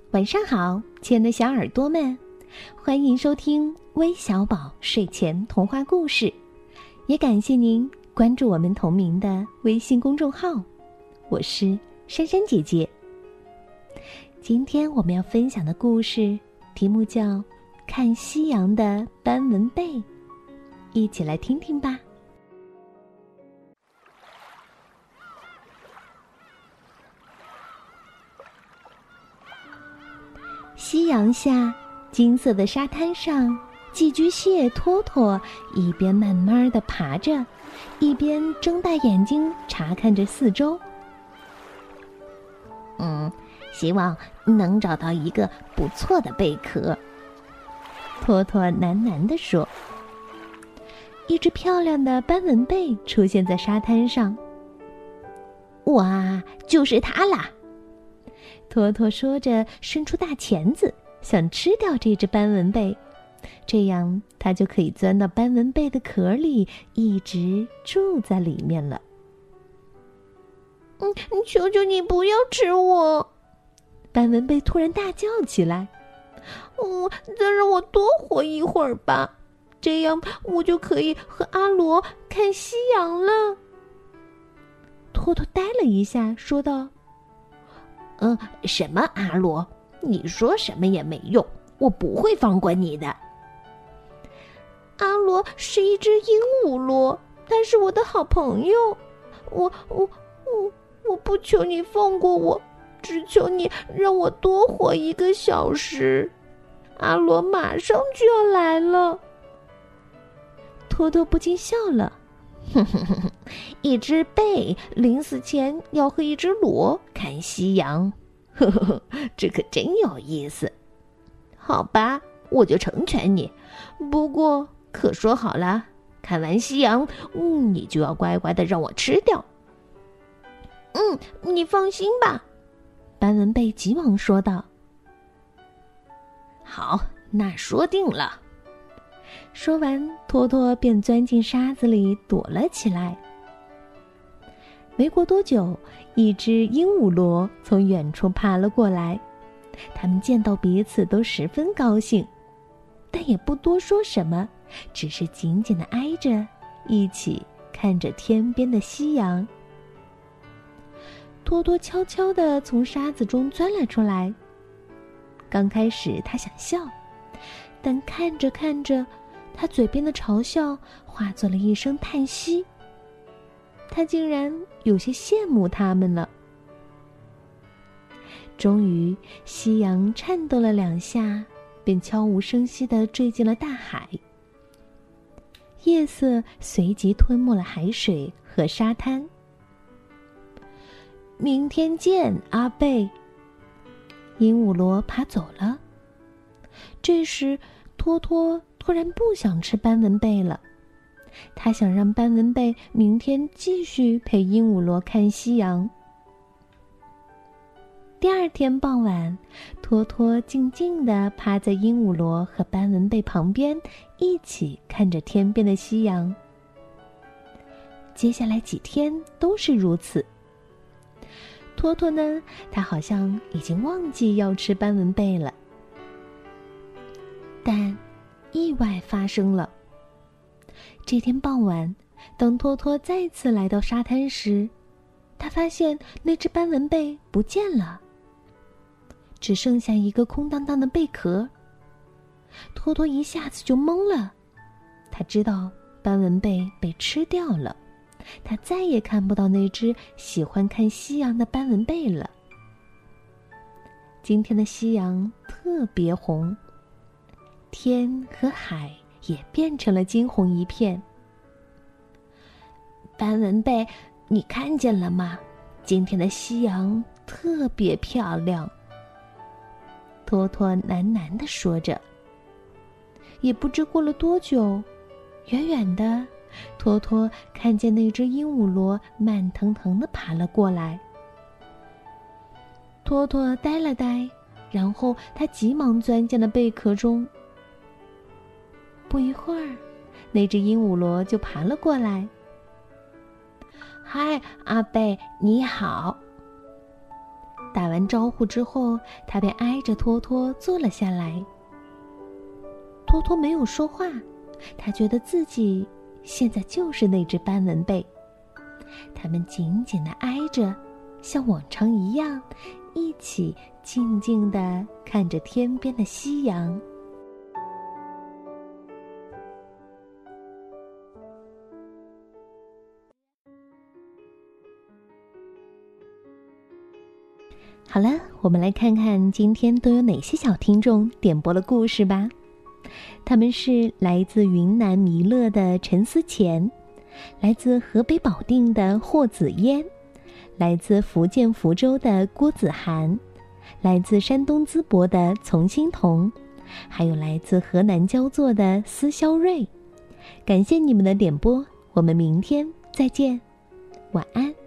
晚上好，亲爱的小耳朵们，欢迎收听微小宝睡前童话故事，也感谢您关注我们同名的微信公众号，我是珊珊姐姐。今天我们要分享的故事题目叫《看夕阳的斑纹贝》，一起来听听吧。夕阳下，金色的沙滩上，寄居蟹托托一边慢慢地爬着，一边睁大眼睛查看着四周。希望能找到一个不错的贝壳。托托喃喃地说。一只漂亮的斑纹贝出现在沙滩上。哇，就是它啦！托托说着，伸出大钳子，想吃掉这只斑纹贝，这样它就可以钻到斑纹贝的壳里，一直住在里面了。求求你不要吃我！斑纹贝突然大叫起来。再让我多活一会儿吧，这样我就可以和阿罗看夕阳了。托托呆了一下，说道：什么阿罗？你说什么也没用，我不会放过你的。阿罗是一只鹦鹉螺，他是我的好朋友。我不求你放过我，只求你让我多活1个小时。阿罗马上就要来了。托托不禁笑了。一只贝临死前要和一只螺看夕阳，这可真有意思。好吧，我就成全你。不过可说好了，看完夕阳，你就要乖乖的让我吃掉。你放心吧，斑纹贝急忙说道。好，那说定了。说完，托托便钻进沙子里躲了起来。没过多久，一只鹦鹉螺从远处爬了过来，他们见到彼此都十分高兴，但也不多说什么，只是紧紧地挨着，一起看着天边的夕阳。托托悄悄地从沙子中钻了出来。刚开始他想笑，但看着看着，他嘴边的嘲笑化作了一声叹息。他竟然有些羡慕他们了。终于，夕阳颤抖了2下，便悄无声息地坠进了大海。夜色随即吞没了海水和沙滩。明天见，阿贝。鹦鹉螺爬走了。这时，托托突然不想吃斑纹贝了，他想让斑纹贝明天继续陪鹦鹉螺看夕阳。第2天傍晚，托托静静地趴在鹦鹉螺和斑纹贝旁边，一起看着天边的夕阳。接下来几天都是如此。托托呢，他好像已经忘记要吃斑纹贝了。但意外发生了。这天傍晚，当托托再次来到沙滩时，他发现那只斑纹贝不见了，只剩下一个空荡荡的贝壳。托托一下子就懵了，他知道斑纹贝被吃掉了，他再也看不到那只喜欢看夕阳的斑纹贝了。今天的夕阳特别红，天和海也变成了金红一片。斑纹贝，你看见了吗？今天的夕阳特别漂亮。托托喃喃地说着。也不知过了多久，远远的，托托看见那只鹦鹉螺慢腾腾地爬了过来。托托呆了呆，然后他急忙钻进了贝壳中。不一会儿，那只鹦鹉螺就爬了过来。嗨，阿贝，你好。打完完招呼之后，他便挨着托托坐了下来。托托没有说话，他觉得自己现在就是那只斑纹贝。他们紧紧地挨着，像往常一样，一起静静地看着天边的夕阳。好了，我们来看看今天都有哪些小听众点播了故事吧。他们是来自云南弥勒的陈思乾，来自河北保定的霍子嫣，来自福建福州的郭子涵，来自山东淄博的丛欣彤，还有来自河南焦作的司肖瑞。感谢你们的点播，我们明天再见，晚安。